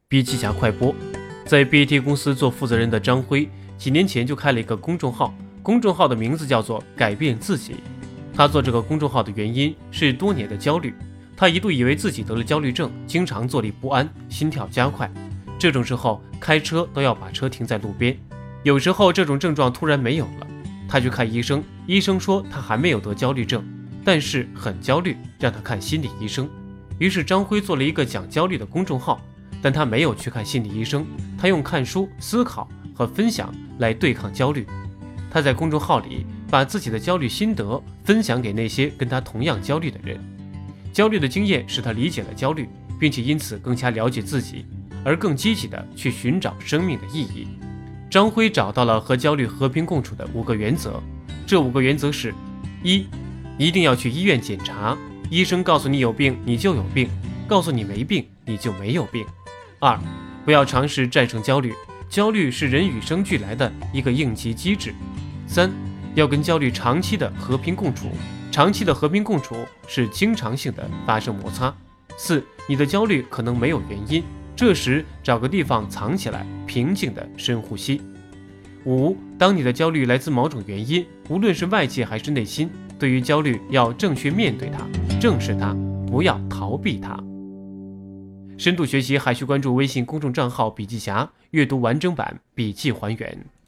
笔记侠快播。在 BAT 公司做负责人的张辉，几年前就开了一个公众号，公众号的名字叫做改变自己。他做这个公众号的原因是多年的焦虑，他一度以为自己得了焦虑症，经常坐立不安，心跳加快，这种时候开车都要把车停在路边。有时候这种症状突然没有了，他去看医生，医生说他还没有得焦虑症，但是很焦虑，让他看心理医生。于是张辉做了一个讲焦虑的公众号，但他没有去看心理医生，他用看书、思考和分享来对抗焦虑。他在公众号里把自己的焦虑心得分享给那些跟他同样焦虑的人。焦虑的经验使他理解了焦虑，并且因此更加了解自己，而更积极地去寻找生命的意义。张辉找到了和焦虑和平共处的5个原则，这5个原则是： 1. 一定要去医院检查，医生告诉你有病你就有病，告诉你没病你就没有病。 2. 不要尝试战胜焦虑，焦虑是人与生俱来的一个应急机制。 3. 要跟焦虑长期的和平共处，长期的和平共处是经常性的发生摩擦。 4. 你的焦虑可能没有原因，这时找个地方藏起来，平静的深呼吸。 5. 当你的焦虑来自某种原因，无论是外界还是内心，对于焦虑要正确面对它，正视它，不要逃避它。深度学习还需关注微信公众账号笔记侠，阅读完整版，笔记还原。